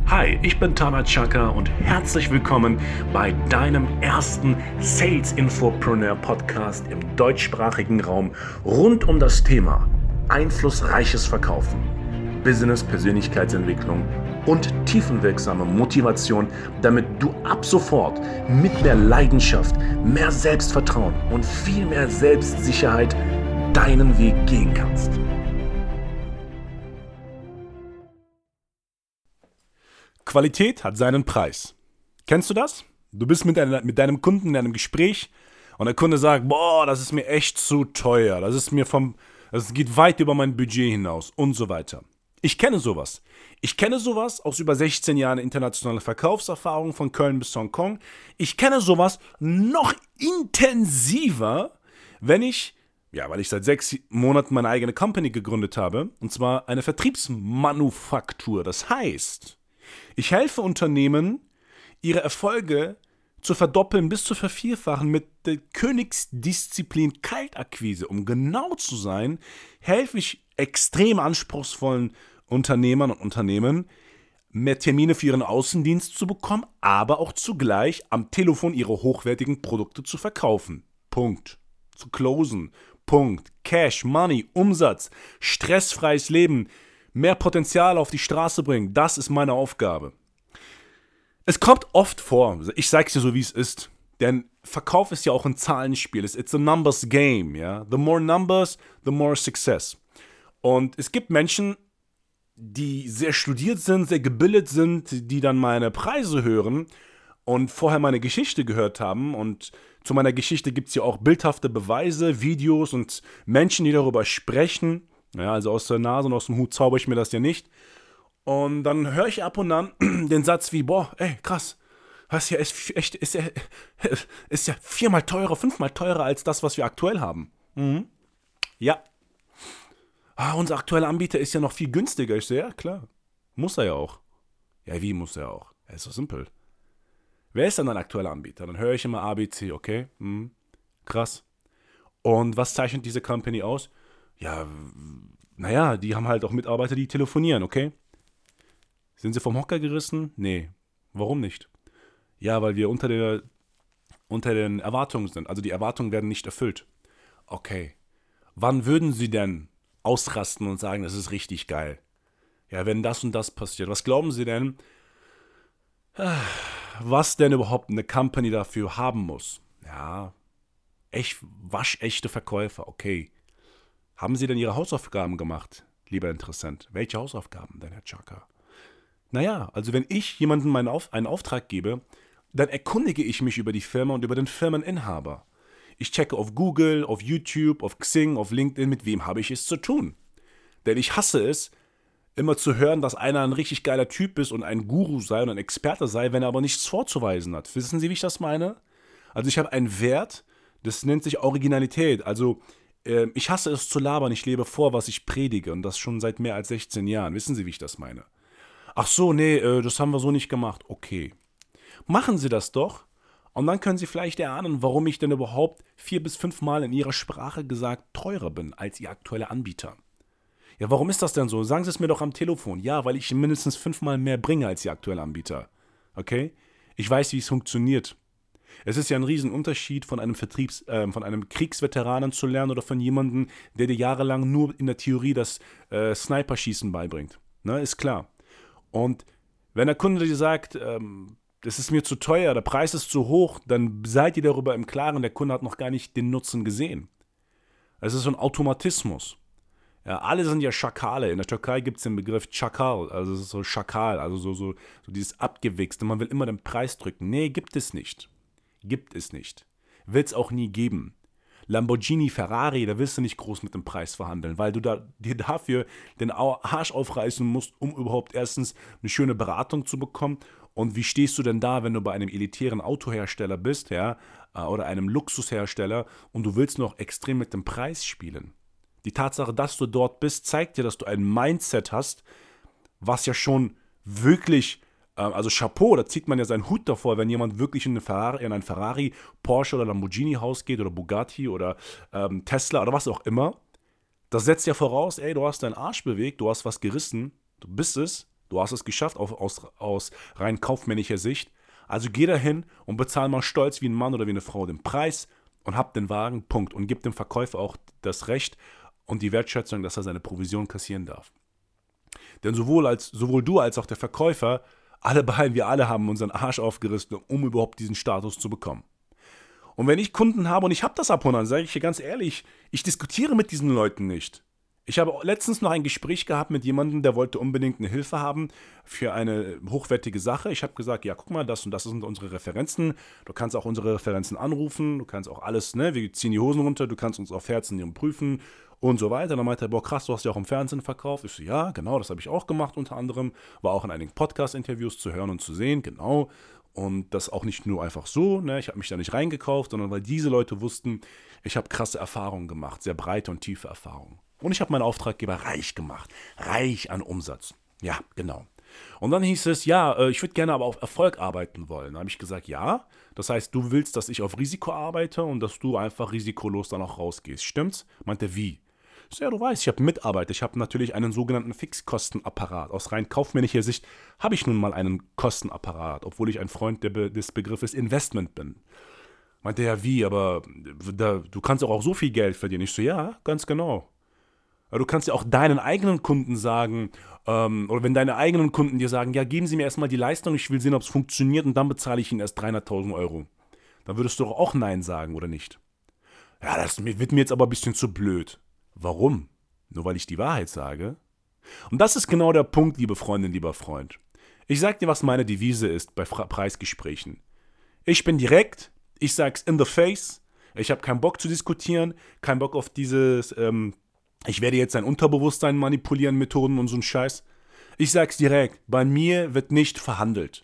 Hi, ich bin Tana Chaka und herzlich willkommen bei deinem ersten Sales Infopreneur Podcast im deutschsprachigen Raum rund um das Thema einflussreiches Verkaufen, Business, Persönlichkeitsentwicklung und tiefenwirksame Motivation, damit du ab sofort mit mehr Leidenschaft, mehr Selbstvertrauen und viel mehr Selbstsicherheit deinen Weg gehen kannst. Qualität hat seinen Preis. Kennst du das? Du bist mit deinem Kunden in einem Gespräch und der Kunde sagt, boah, das ist mir echt zu teuer, das geht weit über mein Budget hinaus und so weiter. Ich kenne sowas. Ich kenne sowas aus über 16 Jahren internationaler Verkaufserfahrung von Köln bis Hongkong. Ich kenne sowas noch intensiver, weil ich seit 6 Monaten meine eigene Company gegründet habe, und zwar eine Vertriebsmanufaktur. Das heißt, ich helfe Unternehmen, ihre Erfolge zu verdoppeln bis zu vervierfachen mit der Königsdisziplin Kaltakquise. Um genau zu sein, helfe ich extrem anspruchsvollen Unternehmern und Unternehmen, mehr Termine für ihren Außendienst zu bekommen, aber auch zugleich am Telefon ihre hochwertigen Produkte zu verkaufen. Punkt. Zu closen. Punkt. Cash, Money, Umsatz, stressfreies Leben, mehr Potenzial auf die Straße bringen, das ist meine Aufgabe. Es kommt oft vor, ich sag's dir so wie es ist, denn Verkauf ist ja auch ein Zahlenspiel, it's a numbers game, ja. The more numbers, the more success. Und es gibt Menschen, die sehr studiert sind, sehr gebildet sind, die dann meine Preise hören und vorher meine Geschichte gehört haben, und zu meiner Geschichte gibt's ja auch bildhafte Beweise, Videos und Menschen, die darüber sprechen. Ja, also aus der Nase und aus dem Hut zauber ich mir das ja nicht. Und dann höre ich ab und an den Satz wie, boah, ey, krass, das hier ist ja 4-mal teurer, 5-mal teurer als das, was wir aktuell haben. Mhm. Ja. Unser aktueller Anbieter ist ja noch viel günstiger. Ich so, ja, klar. Muss er ja auch. Ja, wie muss er auch? Ja, ist so simpel. Wer ist denn dein aktueller Anbieter? Dann höre ich immer ABC, okay? Mhm. Krass. Und was zeichnet diese Company aus? Ja, naja, die haben halt auch Mitarbeiter, die telefonieren, okay? Sind sie vom Hocker gerissen? Nee. Warum nicht? Ja, weil wir unter den Erwartungen sind. Also die Erwartungen werden nicht erfüllt. Okay. Wann würden sie denn ausrasten und sagen, das ist richtig geil? Ja, wenn das und das passiert. Was glauben sie denn, was denn überhaupt eine Company dafür haben muss? Ja, waschechte Verkäufer, okay. Haben Sie denn Ihre Hausaufgaben gemacht, lieber Interessent? Welche Hausaufgaben denn, Herr Chaka? Naja, also wenn ich jemandem einen Auftrag gebe, dann erkundige ich mich über die Firma und über den Firmeninhaber. Ich checke auf Google, auf YouTube, auf Xing, auf LinkedIn, mit wem habe ich es zu tun. Denn ich hasse es, immer zu hören, dass einer ein richtig geiler Typ ist und ein Guru sei und ein Experte sei, wenn er aber nichts vorzuweisen hat. Wissen Sie, wie ich das meine? Also ich habe einen Wert, das nennt sich Originalität. Also ich hasse es zu labern, ich lebe vor, was ich predige, und das schon seit mehr als 16 Jahren. Wissen Sie, wie ich das meine? Ach so, nee, das haben wir so nicht gemacht. Okay. Machen Sie das doch, und dann können Sie vielleicht erahnen, warum ich denn überhaupt 4 bis 5 Mal in Ihrer Sprache gesagt teurer bin als Ihr aktueller Anbieter. Ja, warum ist das denn so? Sagen Sie es mir doch am Telefon. Ja, weil ich mindestens 5 Mal mehr bringe als Ihr aktueller Anbieter. Okay? Ich weiß, wie es funktioniert. Es ist ja ein Riesenunterschied, von einem von einem Kriegsveteranen zu lernen oder von jemandem, der dir jahrelang nur in der Theorie das Sniperschießen beibringt. Ne, ist klar. Und wenn der Kunde dir sagt, das ist mir zu teuer, der Preis ist zu hoch, dann seid ihr darüber im Klaren, der Kunde hat noch gar nicht den Nutzen gesehen. Es ist so ein Automatismus. Ja, alle sind ja Schakale. In der Türkei gibt es den Begriff Çakal, also es ist so Schakal, also so dieses Abgewichste. Man will immer den Preis drücken. Nee, gibt es nicht. Gibt es nicht. Wird es auch nie geben. Lamborghini, Ferrari, da willst du nicht groß mit dem Preis verhandeln, weil du dir dafür den Arsch aufreißen musst, um überhaupt erstens eine schöne Beratung zu bekommen. Und wie stehst du denn da, wenn du bei einem elitären Autohersteller bist, ja, oder einem Luxushersteller, und du willst noch extrem mit dem Preis spielen? Die Tatsache, dass du dort bist, zeigt dir, dass du ein Mindset hast, was ja schon wirklich, also Chapeau, da zieht man ja seinen Hut davor, wenn jemand wirklich in ein Ferrari, Porsche oder Lamborghini-Haus geht oder Bugatti oder Tesla oder was auch immer. Das setzt ja voraus, ey, du hast deinen Arsch bewegt, du hast was gerissen, du bist es, Du hast es geschafft aus rein kaufmännischer Sicht. Also geh dahin und bezahl mal stolz wie ein Mann oder wie eine Frau den Preis und hab den Wagen, Punkt. Und gib dem Verkäufer auch das Recht und die Wertschätzung, dass er seine Provision kassieren darf. Denn sowohl du als auch der Verkäufer, wir alle haben unseren Arsch aufgerissen, um überhaupt diesen Status zu bekommen. Und wenn ich Kunden habe und ich habe das ab und an, sage ich dir ganz ehrlich, ich diskutiere mit diesen Leuten nicht. Ich habe letztens noch ein Gespräch gehabt mit jemandem, der wollte unbedingt eine Hilfe haben für eine hochwertige Sache. Ich habe gesagt, ja, guck mal, das und das sind unsere Referenzen. Du kannst auch unsere Referenzen anrufen, du kannst auch alles, ne, wir ziehen die Hosen runter, du kannst uns auf Herzen prüfen und so weiter. Dann meinte er, boah, krass, du hast ja auch im Fernsehen verkauft. Ich so, ja, genau, das habe ich auch gemacht unter anderem. War auch in einigen Podcast-Interviews zu hören und zu sehen, genau. Und das auch nicht nur einfach so, ne, ich habe mich da nicht reingekauft, sondern weil diese Leute wussten, ich habe krasse Erfahrungen gemacht, sehr breite und tiefe Erfahrungen. Und ich habe meinen Auftraggeber reich gemacht. Reich an Umsatz. Ja, genau. Und dann hieß es, ja, ich würde gerne aber auf Erfolg arbeiten wollen. Da habe ich gesagt, ja. Das heißt, du willst, dass ich auf Risiko arbeite und dass du einfach risikolos dann auch rausgehst. Stimmt's? Meint er, wie? Ich so, ja, du weißt, ich habe Mitarbeiter. Ich habe natürlich einen sogenannten Fixkostenapparat. Aus rein kaufmännischer Sicht habe ich nun mal einen Kostenapparat, obwohl ich ein Freund des Begriffes Investment bin. Meint er, ja, wie? Aber du kannst auch so viel Geld verdienen. Ich so, ja, ganz genau. Du kannst ja auch deinen eigenen Kunden sagen, oder wenn deine eigenen Kunden dir sagen, ja, geben Sie mir erstmal die Leistung, ich will sehen, ob es funktioniert und dann bezahle ich Ihnen erst 300.000 Euro. Dann würdest du doch auch Nein sagen, oder nicht? Ja, das wird mir jetzt aber ein bisschen zu blöd. Warum? Nur weil ich die Wahrheit sage? Und das ist genau der Punkt, liebe Freundin, lieber Freund. Ich sag dir, was meine Devise ist bei Preisgesprächen. Ich bin direkt, ich sag's in the face, ich habe keinen Bock zu diskutieren, keinen Bock auf dieses, ich werde jetzt dein Unterbewusstsein manipulieren, Methoden und so ein Scheiß. Ich sag's direkt, bei mir wird nicht verhandelt.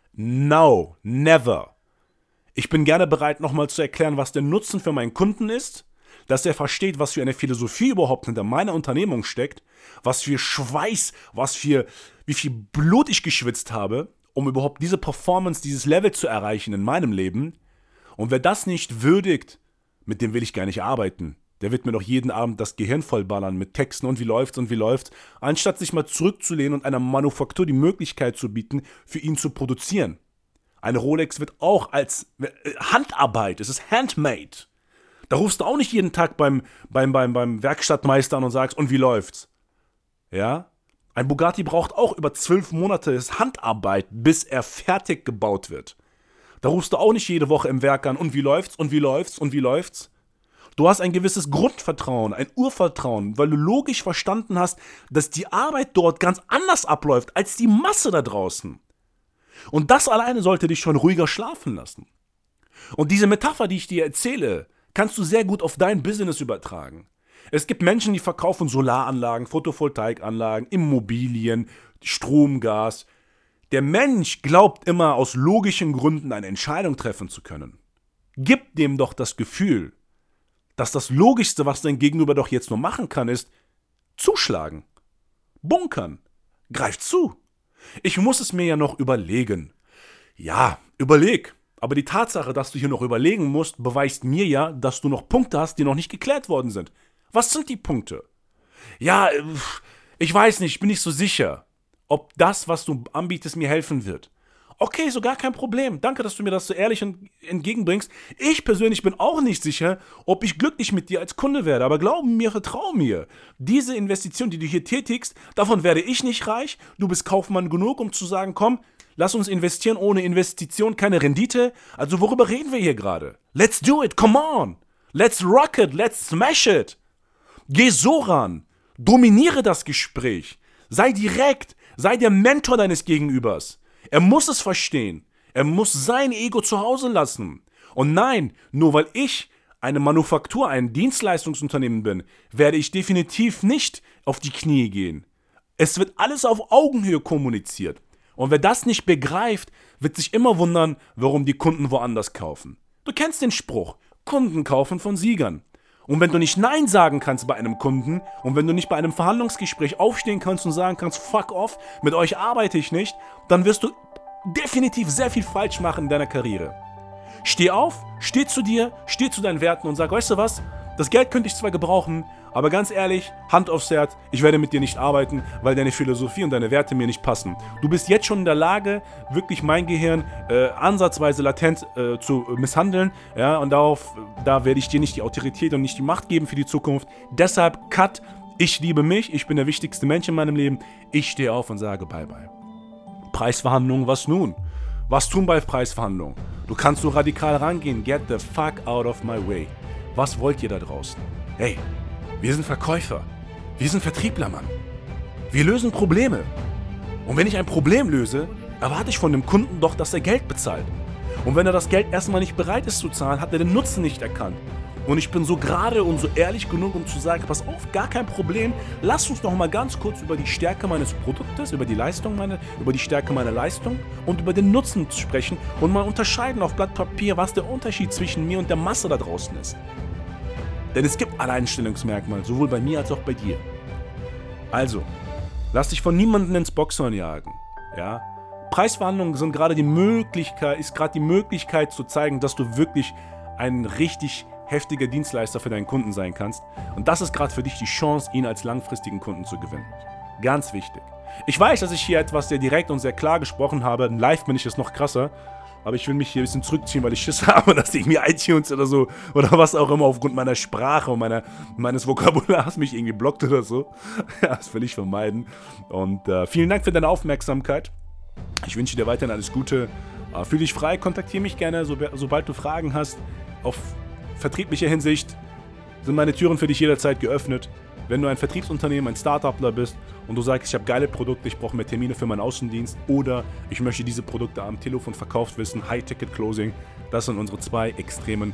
No, never. Ich bin gerne bereit, nochmal zu erklären, was der Nutzen für meinen Kunden ist, dass er versteht, was für eine Philosophie überhaupt hinter meiner Unternehmung steckt, was für Schweiß, wie viel Blut ich geschwitzt habe, um überhaupt diese Performance, dieses Level zu erreichen in meinem Leben. Und wer das nicht würdigt, mit dem will ich gar nicht arbeiten. Der wird mir doch jeden Abend das Gehirn vollballern mit Texten und wie läuft's, anstatt sich mal zurückzulehnen und einer Manufaktur die Möglichkeit zu bieten, für ihn zu produzieren. Eine Rolex wird auch als Handarbeit, es ist handmade. Da rufst du auch nicht jeden Tag beim Werkstattmeister an und sagst, und wie läuft's? Ja? Ein Bugatti braucht auch über 12 Monate, das ist Handarbeit, bis er fertig gebaut wird. Da rufst du auch nicht jede Woche im Werk an, und wie läuft's? Du hast ein gewisses Grundvertrauen, ein Urvertrauen, weil du logisch verstanden hast, dass die Arbeit dort ganz anders abläuft als die Masse da draußen. Und das alleine sollte dich schon ruhiger schlafen lassen. Und diese Metapher, die ich dir erzähle, kannst du sehr gut auf dein Business übertragen. Es gibt Menschen, die verkaufen Solaranlagen, Photovoltaikanlagen, Immobilien, Strom, Gas. Der Mensch glaubt immer, aus logischen Gründen eine Entscheidung treffen zu können. Gib dem doch das Gefühl, dass das Logischste, was dein Gegenüber doch jetzt nur machen kann, ist zuschlagen, bunkern, greif zu. Ich muss es mir ja noch überlegen. Ja, überleg. Aber die Tatsache, dass du hier noch überlegen musst, beweist mir ja, dass du noch Punkte hast, die noch nicht geklärt worden sind. Was sind die Punkte? Ja, ich weiß nicht, ich bin nicht so sicher, ob das, was du anbietest, mir helfen wird. Okay, so gar kein Problem. Danke, dass du mir das so ehrlich entgegenbringst. Ich persönlich bin auch nicht sicher, ob ich glücklich mit dir als Kunde werde. Aber glaub mir, vertrau mir. Diese Investition, die du hier tätigst, davon werde ich nicht reich. Du bist Kaufmann genug, um zu sagen, komm, lass uns investieren. Ohne Investition keine Rendite. Also worüber reden wir hier gerade? Let's do it, come on. Let's rock it, let's smash it. Geh so ran. Dominiere das Gespräch. Sei direkt. Sei der Mentor deines Gegenübers. Er muss es verstehen. Er muss sein Ego zu Hause lassen. Und nein, nur weil ich eine Manufaktur, ein Dienstleistungsunternehmen bin, werde ich definitiv nicht auf die Knie gehen. Es wird alles auf Augenhöhe kommuniziert. Und wer das nicht begreift, wird sich immer wundern, warum die Kunden woanders kaufen. Du kennst den Spruch, Kunden kaufen von Siegern. Und wenn du nicht Nein sagen kannst bei einem Kunden und wenn du nicht bei einem Verhandlungsgespräch aufstehen kannst und sagen kannst, fuck off, mit euch arbeite ich nicht, dann wirst du definitiv sehr viel falsch machen in deiner Karriere. Steh auf, steh zu dir, steh zu deinen Werten und sag, weißt du was, Das Geld könnte ich zwar gebrauchen, aber ganz ehrlich, Hand aufs Herz, ich werde mit dir nicht arbeiten, weil deine Philosophie und deine Werte mir nicht passen. Du bist jetzt schon in der Lage, wirklich mein Gehirn ansatzweise latent zu misshandeln, ja, und da werde ich dir nicht die Autorität und nicht die Macht geben für die Zukunft. Deshalb, Cut, ich liebe mich, ich bin der wichtigste Mensch in meinem Leben, ich stehe auf und sage Bye-bye. Preisverhandlungen, was nun? Was tun bei Preisverhandlungen? Du kannst so radikal rangehen, get the fuck out of my way. Was wollt ihr da draußen? Hey, wir sind Verkäufer. Wir sind Vertriebler, Mann. Wir lösen Probleme. Und wenn ich ein Problem löse, erwarte ich von dem Kunden doch, dass er Geld bezahlt. Und wenn er das Geld erstmal nicht bereit ist zu zahlen, hat er den Nutzen nicht erkannt. Und ich bin so gerade und so ehrlich genug, um zu sagen, pass auf, gar kein Problem, lass uns noch mal ganz kurz über die Stärke meines Produktes, über die Stärke meiner Leistung und über den Nutzen sprechen und mal unterscheiden auf Blatt Papier, was der Unterschied zwischen mir und der Masse da draußen ist. Denn es gibt Alleinstellungsmerkmale, sowohl bei mir als auch bei dir. Also, lass dich von niemandem ins Boxhorn jagen. Ja? Preisverhandlungen sind gerade die Möglichkeit zu zeigen, dass du wirklich ein richtig heftiger Dienstleister für deinen Kunden sein kannst. Und das ist gerade für dich die Chance, ihn als langfristigen Kunden zu gewinnen. Ganz wichtig. Ich weiß, dass ich hier etwas sehr direkt und sehr klar gesprochen habe. Live bin ich das noch krasser. Aber ich will mich hier ein bisschen zurückziehen, weil ich Schiss habe, dass irgendwie iTunes oder so oder was auch immer aufgrund meiner Sprache und meines Vokabulars mich irgendwie blockt oder so. Ja, das will ich vermeiden. Und vielen Dank für deine Aufmerksamkeit. Ich wünsche dir weiterhin alles Gute. Fühl dich frei, kontaktiere mich gerne, sobald du Fragen hast. Auf vertrieblicher Hinsicht sind meine Türen für dich jederzeit geöffnet. Wenn du ein Vertriebsunternehmen, ein Startupler bist und du sagst, ich habe geile Produkte, ich brauche mehr Termine für meinen Außendienst oder ich möchte diese Produkte am Telefon verkauft wissen, High-Ticket-Closing, das sind unsere zwei extremen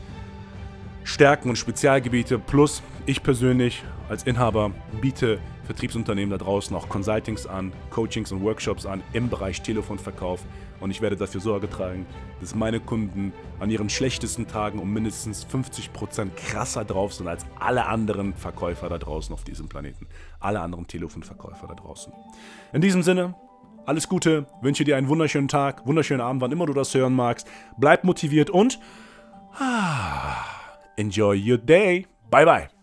Stärken und Spezialgebiete. Plus ich persönlich als Inhaber biete Vertriebsunternehmen da draußen auch Consultings an, Coachings und Workshops an im Bereich Telefonverkauf. Und ich werde dafür Sorge tragen, dass meine Kunden an ihren schlechtesten Tagen um mindestens 50% krasser drauf sind als alle anderen Verkäufer da draußen auf diesem Planeten. Alle anderen Telefonverkäufer da draußen. In diesem Sinne, alles Gute, wünsche dir einen wunderschönen Tag, wunderschönen Abend, wann immer du das hören magst. Bleib motiviert und enjoy your day. Bye bye.